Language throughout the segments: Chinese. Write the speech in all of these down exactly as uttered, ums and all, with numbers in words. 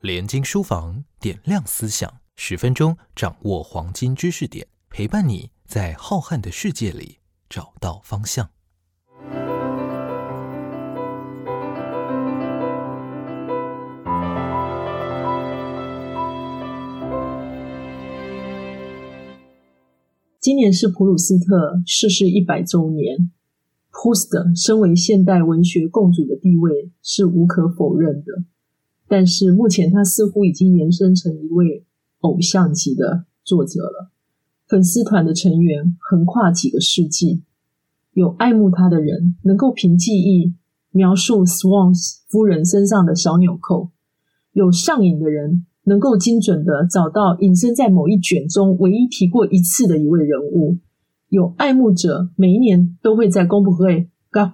联经书房点亮思想，十分钟掌握黄金知识点，陪伴你在浩瀚的世界里找到方向。 今年是普鲁斯特逝世一百周年。普鲁斯特身为现代文学共主的地位是无可否认的，但是目前他似乎已经延伸成一位偶像级的作者了。粉丝团的成员横跨几个世纪，有爱慕他的人能够凭记忆描述 Swans 夫人身上的小纽扣，有上瘾的人能够精准地找到隐身在某一卷中唯一提过一次的一位人物，有爱慕者每一年都会在公布会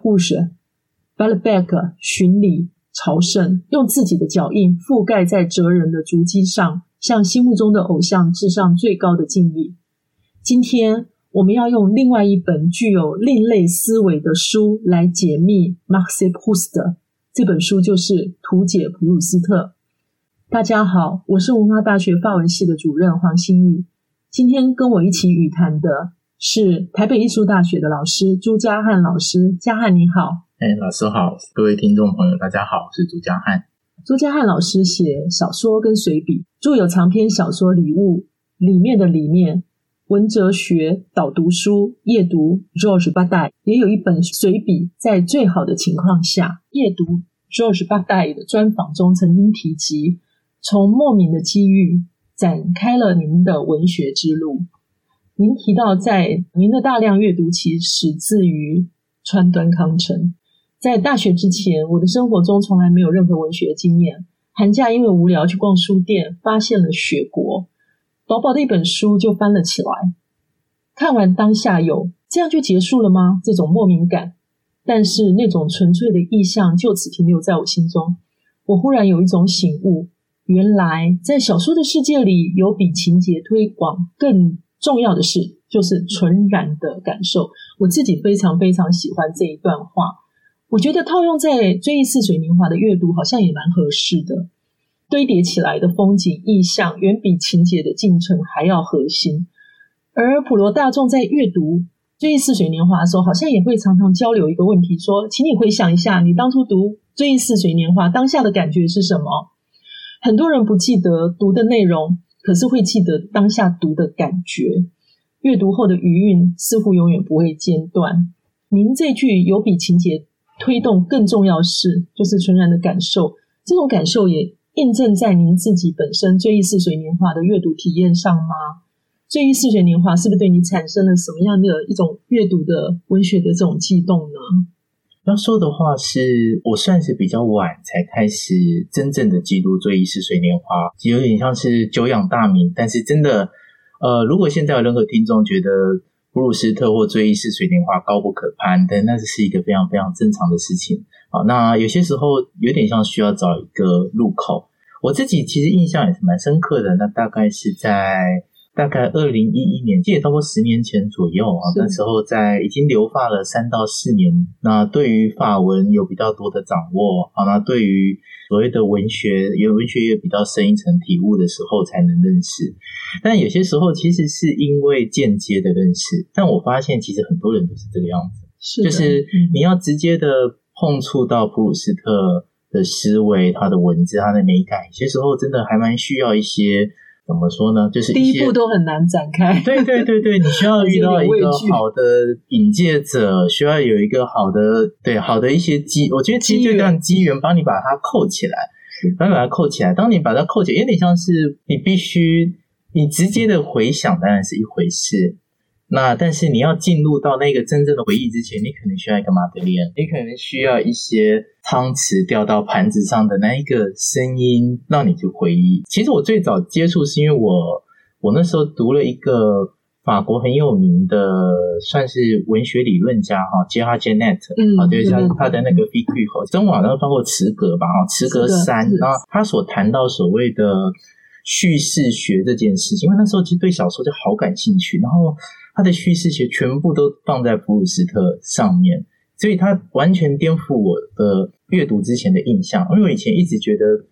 Gahush、Balbec 巡礼朝圣，用自己的脚印覆盖在哲人的足迹上，向心目中的偶像致上最高的敬意。今天我们要用另外一本具有另类思维的书来解密 Marcel Proust， 这本书就是《图解普鲁斯特》。大家好，我是文化大学法文系的主任黄欣怡。今天跟我一起语谈的是台北艺术大学的老师朱家翰老师。家翰你好。 哎，老师好，各位听众朋友大家好，我是朱家翰。 朱家翰老师写小说跟随笔，著有长篇小说《礼物》里面的里面，文哲学导读书夜读 Georges Bataille， 也有一本随笔在最好的情况下。夜读 Georges Bataille 的专访中曾经提及，从莫名的机遇展开了您的文学之路。您提到在您的大量阅读其始自于川端康成。在大学之前，我的生活中从来没有任何文学经验，寒假因为无聊去逛书店，发现了雪国，薄薄的一本书就翻了起来，看完当下有这样就结束了吗？这种莫名感，但是那种纯粹的意象就此停留在我心中。我忽然有一种醒悟，原来在小说的世界里，有比情节推广更重要的事，就是纯然的感受。我自己非常非常喜欢这一段话，我觉得套用在追忆似水年华的阅读好像也蛮合适的。堆叠起来的风景意象远比情节的进程还要核心，而普罗大众在阅读追忆似水年华的时候，好像也会常常交流一个问题，说请你回想一下你当初读追忆似水年华当下的感觉是什么。很多人不记得读的内容，可是会记得当下读的感觉，阅读后的余韵似乎永远不会间断。您这句有比情节推动更重要是就是纯然的感受，这种感受也印证在您自己本身追忆似水年华的阅读体验上吗？追忆似水年华是不是对你产生了什么样的一种阅读的文学的这种悸动呢？ 要说的话是我算是比较晚才开始真正的记录追忆似水年华，有点像是久仰大名，但是真的呃，如果现在有任何听众觉得普鲁斯特或追忆似水年华高不可攀，但那是一个非常非常正常的事情。好，那有些时候有点像需要找一个入口。我自己其实印象也是蛮深刻的，那大概是在大概二零一一年，记得差不多十年前左右啊，那时候在已经留法了三到四年，那对于法文有比较多的掌握，好，那对于所谓的文学有文学也比较深一层体悟的时候才能认识。但有些时候其实是因为间接的认识，但我发现其实很多人都是这个样子， 是就是你要直接的碰触到普鲁斯特的思维，他的文字，他的美感，有些时候真的还蛮需要一些怎么说呢，就是第一步都很难展开。 对对对对，你需要遇到一个好的引介者，需要有一个好的对好的一些机，我觉得其实就这样机缘帮你把它扣起来，帮你把它扣起来。当你把它扣起来，有点像是你必须你直接的回想当然是一回事，那但是你要进入到那个真正的回忆之前，你可能需要一个马德莲，你可能需要一些汤匙掉到盘子上的那一个声音让你去回忆。其实我最早接触是因为我我那时候读了一个法国很有名的算是文学理论家哈，杰哈杰内特，嗯，对，他他的那个 Figure 中网上包括茨格吧，哈，茨格三，然后他所谈到所谓的叙事学这件事情，因为那时候其实对小说就好感兴趣，然后他的叙事学全部都放在普鲁斯特上面，所以他完全颠覆我的阅读之前的印象。因为我以前一直觉得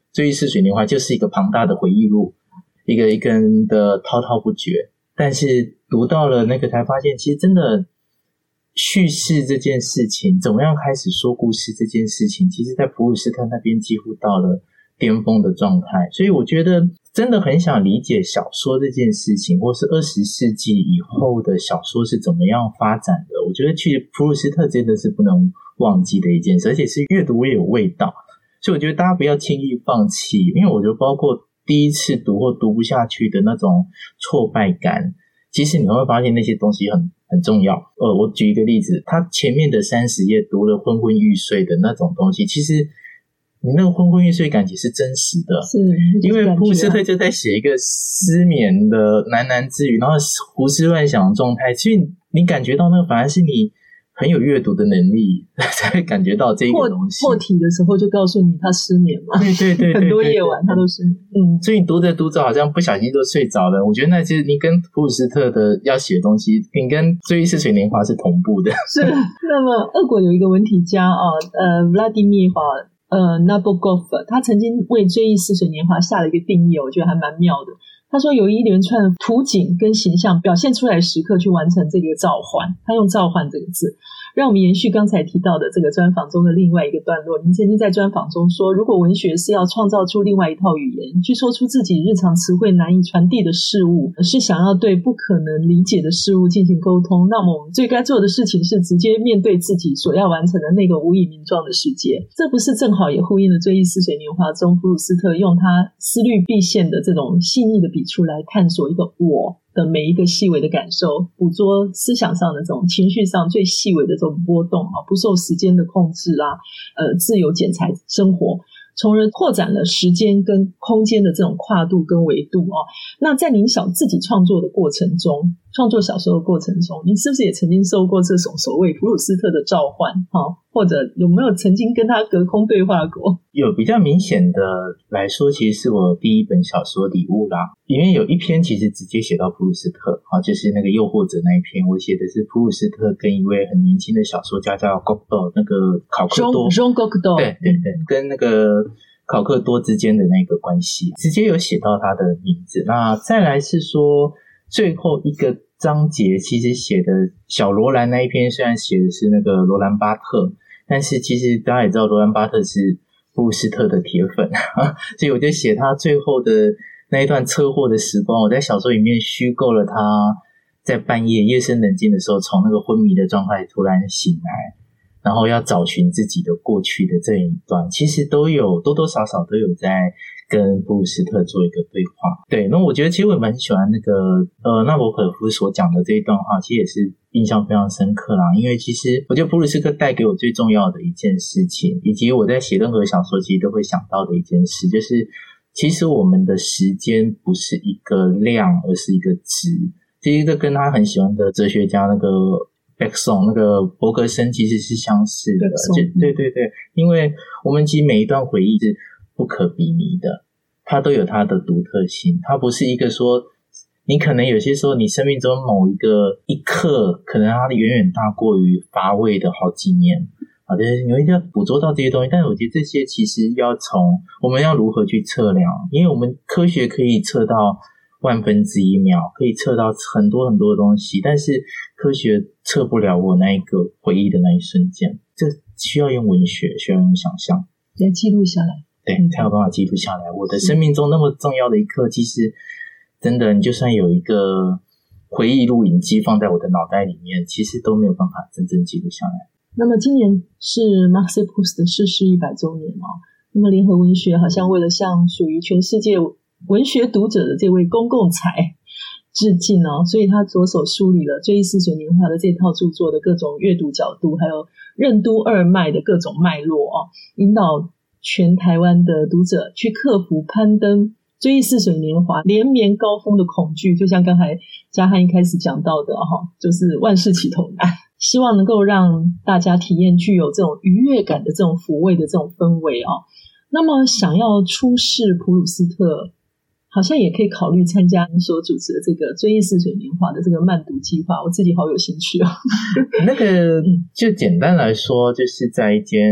追忆似水年华就是一个庞大的回忆录，一个一个人的滔滔不绝。但是读到了那个才发现，其实真的叙事这件事情，怎么样开始说故事这件事情，其实在普鲁斯特那边几乎到了巅峰的状态。所以我觉得真的很想理解小说这件事情，或是二十世纪以后的小说是怎么样发展的。我觉得其实普鲁斯特真的是不能忘记的一件事，而且是越读越有味道。所以我觉得大家不要轻易放弃，因为我觉得包括第一次读或读不下去的那种挫败感，其实你会发现那些东西很很重要。呃，我举一个例子，他前面的三十页读了昏昏欲睡的那种东西，其实你那个昏昏欲睡感觉是真实的， 是因为普鲁斯特就在写一个失眠的喃喃自语，然后胡思乱想的状态，所以你感觉到那个反而是你很有阅读的能力才会感觉到这个东西。 破题的时候就告诉你他失眠嘛， 对对 对, 对, 对, 对， 很多夜晚他都失眠。嗯， 所以你读着读着好像不小心就睡着了。我觉得那其实你跟普鲁斯特的要写的东西，你跟追忆似水年华是同步的。 是。那么俄国有一个文体家啊，呃 Vladimir 呃 Nabokov， 他曾经为追忆似水年华下了一个定义，我觉得还蛮妙的。他说有一连串的图景跟形象表现出来的时刻去完成这个召唤，他用召唤这个字。让我们延续刚才提到的这个专访中的另外一个段落，您曾经在专访中说，如果文学是要创造出另外一套语言，去说出自己日常词汇难以传递的事物，是想要对不可能理解的事物进行沟通，那么我们最该做的事情是直接面对自己所要完成的那个无以名状的世界。这不是正好也呼应了追忆似水年华中普鲁斯特用他思虑必现的这种细腻的笔触来探索一个我的每一个细微的感受，捕捉思想上的这种情绪上最细微的这种波动，不受时间的控制啊，呃，自由剪裁生活，从而扩展了时间跟空间的这种跨度跟维度哦。那在您小自己创作的过程中，创作小说的过程中，您是不是也曾经受过这种所谓普鲁斯特的召唤、哦、或者有没有曾经跟他隔空对话过？ 有比较明显的来说，其实是我第一本小说《礼物》啦，里面有一篇其实直接写到普鲁斯特、哦、就是那个诱惑者那一篇，我写的是普鲁斯特跟一位很年轻的小说家叫 Cocteau， 那个考克多 Jean Cocteau， 对对对，跟那个考克多之间的那个关系直接有写到他的名字。那再来是说最后一个章节其实写的小罗兰那一篇，虽然写的是那个罗兰巴特，但是其实大家也知道罗兰巴特是普鲁斯特的铁粉所以我就写他最后的那一段车祸的时光，我在小说里面虚构了他在半夜夜深人静的时候从那个昏迷的状态突然醒来，然后要找寻自己的过去的这一段，其实都有多多少少都有在跟普鲁斯特做一个对话。对，那我觉得其实我蛮喜欢那个呃纳博科夫所讲的这一段话，其实也是印象非常深刻啦。因为其实我觉得普鲁斯特带给我最重要的一件事情，以及我在写任何小说其实都会想到的一件事，就是其实我们的时间不是一个量，而是一个值。其实这跟他很喜欢的哲学家那个Bergson 那个伯格森其实是相似的。对对对，因为我们其实每一段回忆是不可比拟的，它都有它的独特性，它不是一个说你可能有些时候你生命中某一个一刻可能它远远大过于乏味的好几年啊，就是你会要捕捉到这些东西。但是我觉得这些其实要从我们要如何去测量，因为我们科学可以测到万分之一秒，可以测到很多很多的东西，但是科学测不了我那一个回忆的那一瞬间，这需要用文学，需要用想象来记录下来， 对，才有办法记录下来。我的生命中那么重要的一刻，其实真的你就算有一个回忆录影机放在我的脑袋里面，其实都没有办法真正记录下来。 那么今年是 Marcel Proust 的逝世一百周年哦，那么联合文学好像为了向属于全世界文学读者的这位公共财致敬哦，所以他着手梳理了追忆似水年华的这套著作的各种阅读角度，还有任督二脉的各种脉络哦，引导全台湾的读者去克服攀登追忆似水年华连绵高峰的恐惧，就像刚才嘉汉一开始讲到的哈、哦，就是万事起头难，希望能够让大家体验具有这种愉悦感的这种抚慰的这种氛围哦。那么想要出世普鲁斯特，好像也可以考虑参加你所主持的这个追忆似水年华的这个慢读计划，我自己好有兴趣哦。 那个就简单来说，就是在一间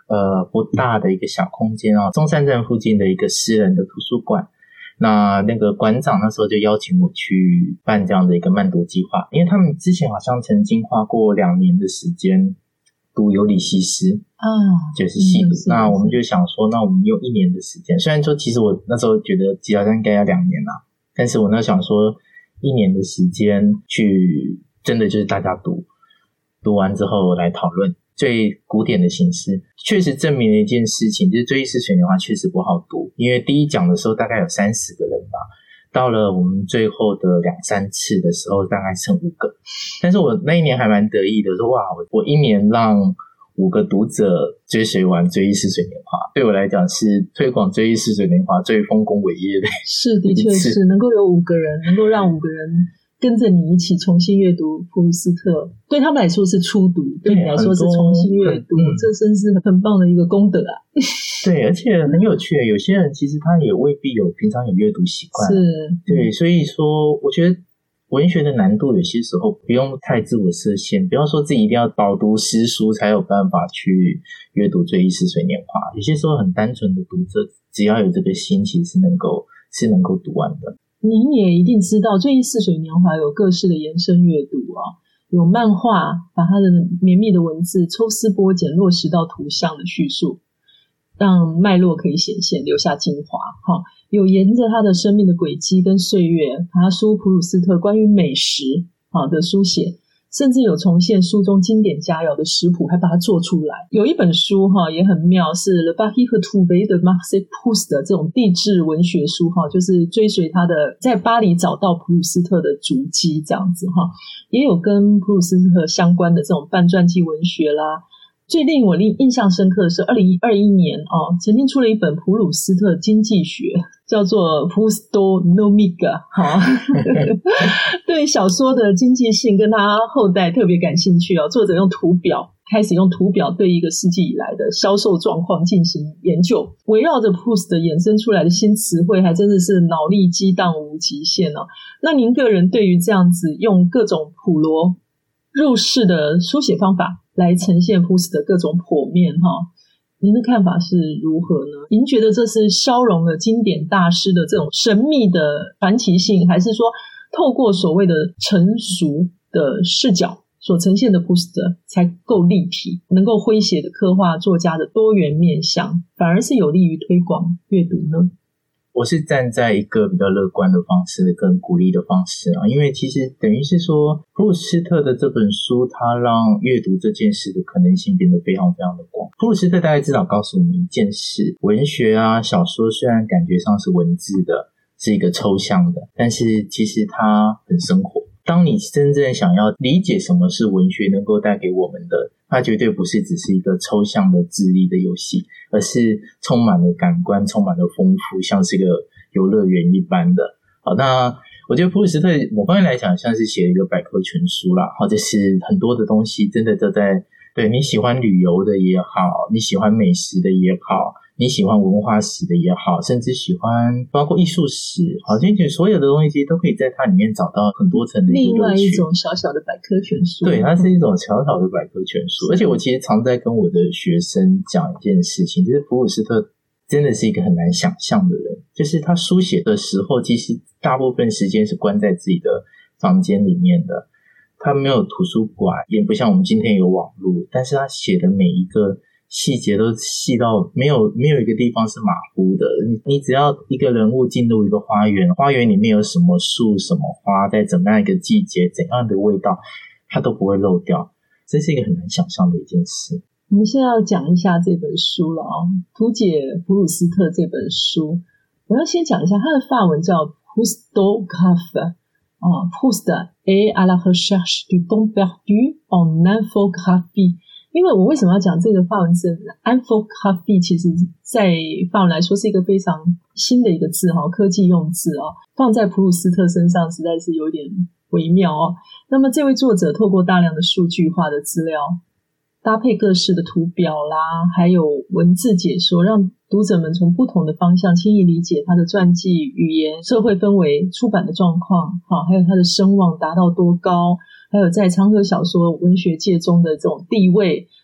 呃不大的一个小空间哦，中山站附近的一个私人的图书馆。那那个馆长那时候就邀请我去办这样的一个慢读计划，因为他们之前好像曾经花过两年的时间读尤里西斯啊， 就是细读、 嗯、 那我们就想说，那我们用一年的时间，虽然说其实我那时候觉得基本上应该要两年啦，但是我那想说一年的时间去真的就是大家读读完之后来讨论最古典的形式，确实证明了一件事情，就是追忆似水年华确实不好读，因为第一讲的时候大概有三十个人吧，到了我们最后的两三次的时候大概剩五个，但是我那一年还蛮得意的，说哇，我一年让五个读者追随完追忆似水年华，对我来讲是推广追忆似水年华最丰功伟业的， 是的确是能够有五个人，能够让五个人跟着你一起重新阅读普鲁斯特，对他们来说是初读，对你来说是重新阅读、嗯、这真是很棒的一个功德啊。 对，而且很有趣，有些人其实他也未必有平常有阅读习惯， 是， 对，所以说我觉得文学的难度有些时候不用太自我设限，不要说自己一定要饱读诗书才有办法去阅读追忆似水年华，有些时候很单纯的读者只要有这个心，其实是能够是能够读完的。 您也一定知道追忆似水年华有各式的延伸阅读啊，有漫画把它的绵密的文字抽丝剥茧落实到图像的叙述，让脉络可以显现留下精华、哦、有沿着他的生命的轨迹跟岁月爬书普鲁斯特关于美食、哦、的书写，甚至有重现书中经典佳肴的食谱，还把它做出来。有一本书哈也很妙，是 Le Bailli Retrouvé de Marcel Proust 的这种地质文学书哈，就是追随他的在巴黎找到普鲁斯特的足迹这样子哈。也有跟普鲁斯特相关的这种半传记文学啦。最令我印象深刻的是二零二一年哦，曾经出了一本普鲁斯特经济学，叫做 Proustonomique 哈、哦，对小说的经济性跟他后代特别感兴趣哦。作者用图表开始用图表对一个世纪以来的销售状况进行研究，围绕着 Proust 衍生出来的新词汇，还真的是脑力激荡无极限哦。那您个人对于这样子用各种普罗入世的书写方法来呈现普斯的各种剖面哈，您的看法是如何呢？您觉得这是消融了经典大师的这种神秘的传奇性，还是说透过所谓的成熟的视角所呈现的普斯特才够立体，能够诙谐的刻画作家的多元面向，反而是有利于推广阅读呢？ 我是站在一个比较乐观的方式跟鼓励的方式啊，因为其实等于是说普鲁斯特的这本书它让阅读这件事的可能性变得非常非常的广。普鲁斯特大概至少告诉我们一件事，文学啊小说虽然感觉上是文字的，是一个抽象的，但是其实它很生活。当你真正想要理解什么是文学能够带给我们的，它绝对不是只是一个抽象的智力的游戏，而是充满了感官，充满了丰富，像是一个游乐园一般的。好，那我觉得普鲁斯特某方面来讲像是写了一个百科全书啦，或者是很多的东西真的都在，对，你喜欢旅游的也好，你喜欢美食的也好，你喜欢文化史的也好，甚至喜欢包括艺术史，好像所有的东西都可以在它里面找到很多层的一个乐趣。 另外一种小小的百科全书。 对，它是一种小小的百科全书。而且我其实常在跟我的学生讲一件事情，就是普鲁斯特真的是一个很难想象的人，就是他书写的时候其实大部分时间是关在自己的房间里面的，他没有图书馆，也不像我们今天有网络，但是他写的每一个细节都细到没有没有一个地方是马虎的。你你只要一个人物进入一个花园，花园里面有什么树什么花，在怎么样一个季节怎样的味道，他都不会漏掉。这是一个很难想象的一件事。 我们现在要讲一下这本书了哦，图解普鲁斯特这本书，我要先讲一下它的法文叫 Proustographe 啊 Proust et à la recherche du temps perdu en infographie。因为我为什么要讲这个法文字 infographie 其实在法文来说是一个非常新的一个字哦，科技用字哦，放在普鲁斯特身上实在是有点微妙哦。那么这位作者透过大量的数据化的资料，搭配各式的图表啦，还有文字解说，让读者们从不同的方向轻易理解他的传记、语言、社会氛围、出版的状况，还有他的声望达到多高，还有在长河小说文学界中的这种地位，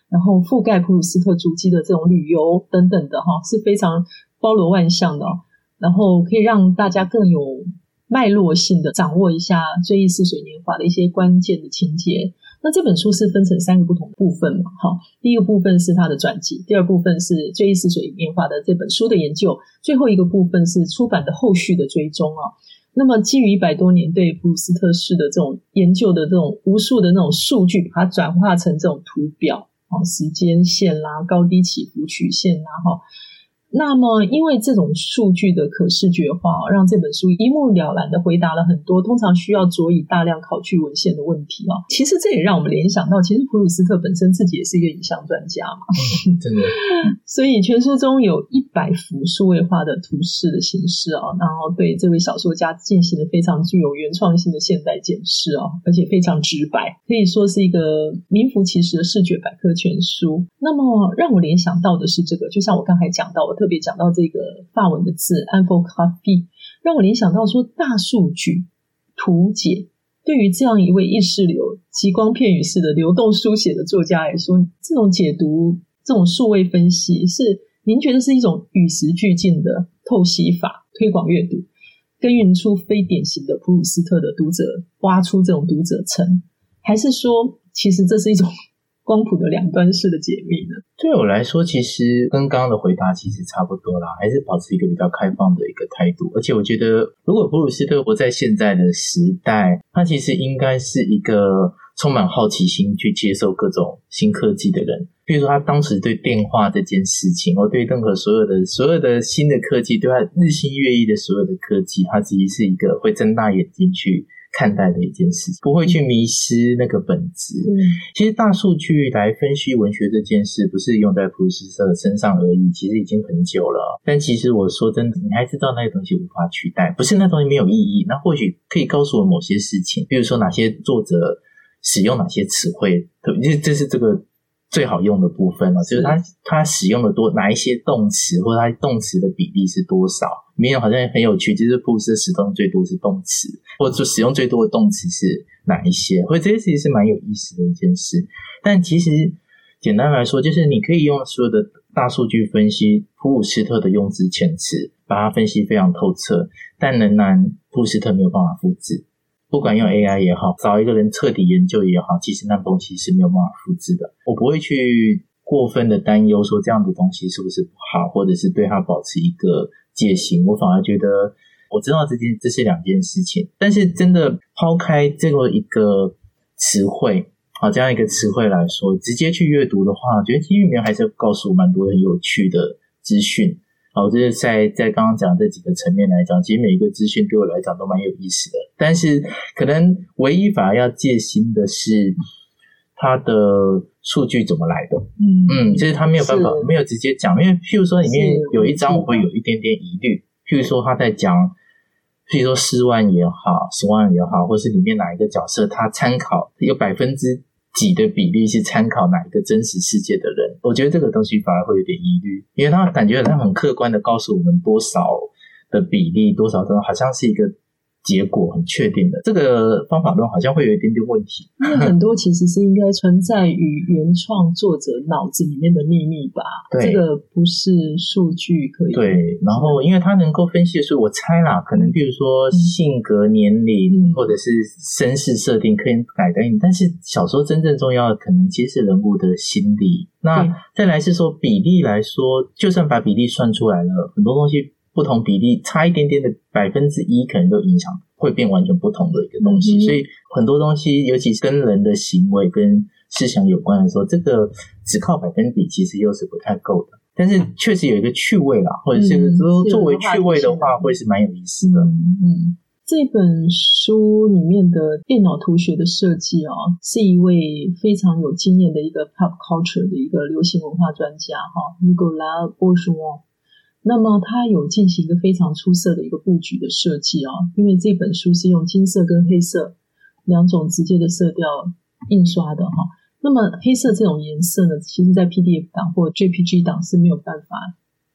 然后覆盖普鲁斯特足迹的这种旅游等等的哈，是非常包罗万象的哦，然后可以让大家更有脉络性的掌握一下追忆似水年华的一些关键的情节。那这本书是分成三个不同的部分嘛，哈，第一个部分是它的传记，第二部分是追忆似水年华的这本书的研究，最后一个部分是出版的后续的追踪啊。那么基于一百多年对普鲁斯特市的这种研究的这种无数的那种数据，把它转化成这种图表，时间线啦、高低起伏曲线啦，那么因为这种数据的可视觉化，让这本书一目了然的回答了很多通常需要佐以大量考据文献的问题。其实这也让我们联想到，其实普鲁斯特本身自己也是一个影像专家嘛， 嗯、真的。 所以全书中有一百幅数位化的图示的形式，然后对这位小说家进行了非常具有原创性的现代检视，而且非常直白，可以说是一个名副其实的视觉百科全书。那么让我联想到的是这个，就像我刚才讲到，我特别讲到这个法文的字 infographie， 让我联想到说大数据图解对于这样一位意识流极光片语式的流动书写的作家来说，这种解读这种数位分析是您觉得是一种与时俱进的透析法，推广阅读，耕耘出非典型的普鲁斯特的读者，挖出这种读者层，还是说其实这是一种光谱的两端式的解密呢？ 对我来说，其实跟刚刚的回答其实差不多啦，还是保持一个比较开放的一个态度。而且我觉得，如果普鲁斯特活在现在的时代，他其实应该是一个充满好奇心去接受各种新科技的人。比如说他当时对电话这件事情，或对任何所有的所有的新的科技，对他日新月异的所有的科技，他其实是一个会睁大眼睛去看待的一件事情，不会去迷失那个本质。嗯、其实大数据来分析文学这件事，不是用在普鲁斯特身上而已，其实已经很久了。但其实我说真的，你还知道那个东西无法取代，不是那东西没有意义，那或许可以告诉我某些事情，比如说哪些作者使用哪些词汇，这是这个最好用的部分了，就是他他使用的多哪一些动词，或者他动词的比例是多少。里面好像很有趣，就是普鲁斯特使用最多是动词，或者说使用最多的动词是哪一些，或者这些其实是蛮有意思的一件事。但其实简单来说，就是你可以用所有的大数据分析普鲁斯特的用字遣词，把它分析非常透彻，但仍然普鲁斯特没有办法复制。不管用 A I 也好，找一个人彻底研究也好，其实那东西是没有办法复制的。我不会去过分的担忧说这样的东西是不是不好，或者是对它保持一个戒心。我反而觉得我知道这件这是两件事情，但是真的抛开这个一个词汇好这样一个词汇来说，直接去阅读的话，我觉得其实里面还是告诉我蛮多很有趣的资讯。好，这是在在刚刚讲这几个层面来讲，其实每一个资讯对我来讲都蛮有意思的，但是可能唯一反而要戒心的是它的数据怎么来的。嗯嗯，就是他没有办法没有直接讲，因为譬如说里面有一章我会有一点点疑虑，譬如说他在讲譬如说四万也好十万也好，或是里面哪一个角色他参考有百分之几的比例是参考哪一个真实世界的人，我觉得这个东西反而会有点疑虑，因为他感觉他很客观的告诉我们多少的比例多少好像是一个结果很确定的，这个方法论好像会有一点点问题。 因为很多其实是应该存在于原创作者脑子里面的秘密吧，这个不是数据可以。 对，然后因为他能够分析的是，我猜啦，可能比如说性格、年龄、嗯、或者是身世设定可以改变，但是小说真正重要的可能其实是人物的心理。那再来是说比例来说，就算把比例算出来了，很多东西不同比例差一点点的百分之一可能都影响会变完全不同的一个东西、嗯、所以很多东西尤其是跟人的行为跟思想有关的时候，这个只靠百分比其实又是不太够的，但是确实有一个趣味啦，或者是说作为趣味的话会是蛮有意思的。 嗯嗯，这本书里面的电脑图学的设计哦，是一位非常有经验的一个 pop culture 的一个流行文化专家哈 Nicolas Bourgeois。那么他有进行一个非常出色的一个布局的设计哦，因为这本书是用金色跟黑色两种直接的色调印刷的哈。那么黑色这种颜色呢，其实在 P D F 档或 J P G 档是没有办法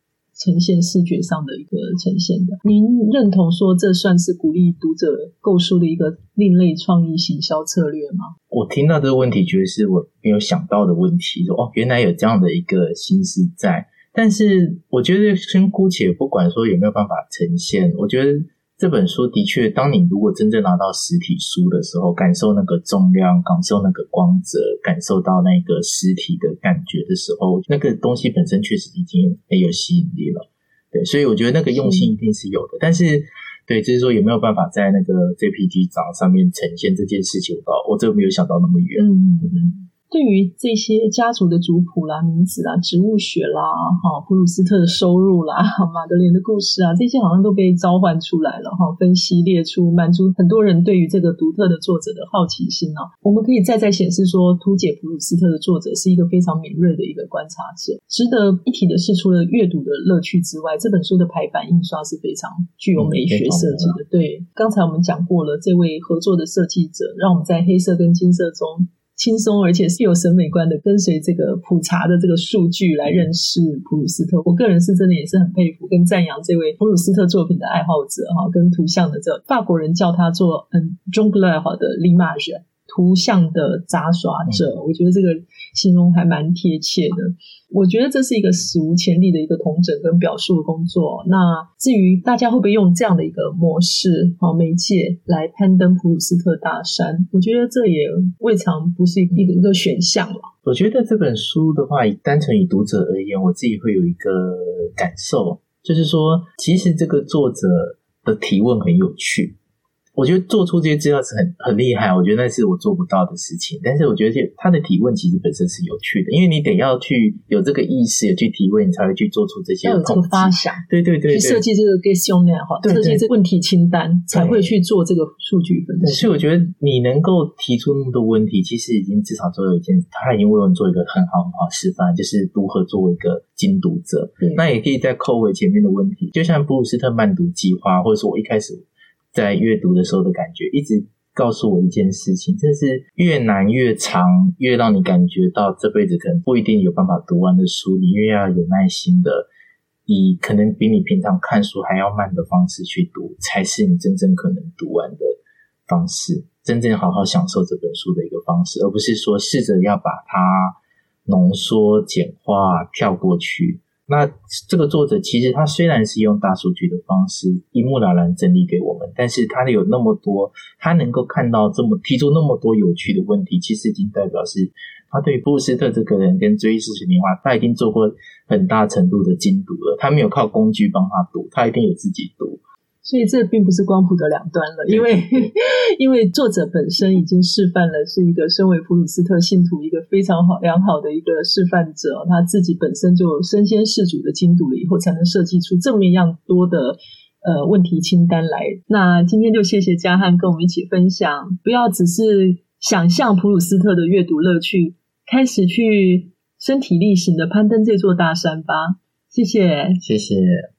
呈现视觉上的一个呈现的。您认同说这算是鼓励读者购书的一个另类创意行销策略吗？ 我听到这个问题觉得是我没有想到的问题，说哦，原来有这样的一个心思在。但是我觉得先姑且不管说有没有办法呈现，我觉得这本书的确，当你如果真正拿到实体书的时候，感受那个重量，感受那个光泽，感受到那个实体的感觉的时候，那个东西本身确实已经很有吸引力了。对，所以我觉得那个用心一定是有的。但是对，就是说有没有办法在那个 J P G 档上面呈现这件事情，我这个没有想到那么远。 嗯嗯嗯。对于这些家族的族谱啦、名字啦、植物学啦、普鲁斯特的收入啦、马德莲的故事啊，这些好像都被召唤出来了，分析列出，满足很多人对于这个独特的作者的好奇心啊。我们可以再再显示说，图解普鲁斯特的作者是一个非常敏锐的一个观察者。值得一提的是，除了阅读的乐趣之外，这本书的排版印刷是非常具有美学设计的。对，刚才我们讲过了，这位合作的设计者让我们在黑色跟金色中轻松而且是有审美观的跟随这个普查的这个数据来认识普鲁斯特。我个人是真的也是很佩服跟赞扬这位普鲁斯特作品的爱好者，跟图像的这法国人叫他做嗯 jongleur 的 l'image， 图像的杂耍者，我觉得这个形容还蛮贴切的。我觉得这是一个史无前例的一个统整跟表述的工作。那至于大家会不会用这样的一个模式媒介来攀登普鲁斯特大山，我觉得这也未尝不是一个一个选项了。 我觉得这本书的话，单纯以读者而言，我自己会有一个感受，就是说其实这个作者的提问很有趣。我觉得做出这些资料是很很厉害，我觉得那是我做不到的事情。但是我觉得他的提问其实本身是有趣的，因为你得要去有这个意识，有去提问，你才会去做出这些统计， 要有这个发想， 对对 对, 对， 去设计这个 questionnaire， 设计这个问题清单，才会去做这个数据分析。 所以我觉得你能够提出那么多问题，其实已经至少做了一件，他已经为我们做一个很好很好示范，就是如何作为一个精读者。那也可以再扣回前面的问题，就像布鲁斯特慢读计划，或者说我一开始在阅读的时候的感觉，一直告诉我一件事情，真是越难越长，越让你感觉到这辈子可能不一定有办法读完的书，你越要有耐心的以可能比你平常看书还要慢的方式去读，才是你真正可能读完的方式，真正好好享受这本书的一个方式，而不是说试着要把它浓缩简化跳过去。那这个作者其实他虽然是用大数据的方式一目了然整理给我们，但是他有那么多，他能够看到这么提出那么多有趣的问题，其实已经代表是他对布鲁斯特这个人跟追忆似水年华，他已经做过很大程度的精读了，他没有靠工具帮他读，他一定有自己读。 所以这并不是光谱的两端了，因为因为作者本身已经示范了是一个身为普鲁斯特信徒一个非常好良好的一个示范者，他自己本身就身先士卒的精读了以后，才能设计出这么样多的呃问题清单来。那今天就谢谢嘉汉跟我们一起分享，不要只是想象普鲁斯特的阅读乐趣，开始去身体力行的攀登这座大山吧。谢谢， 谢谢。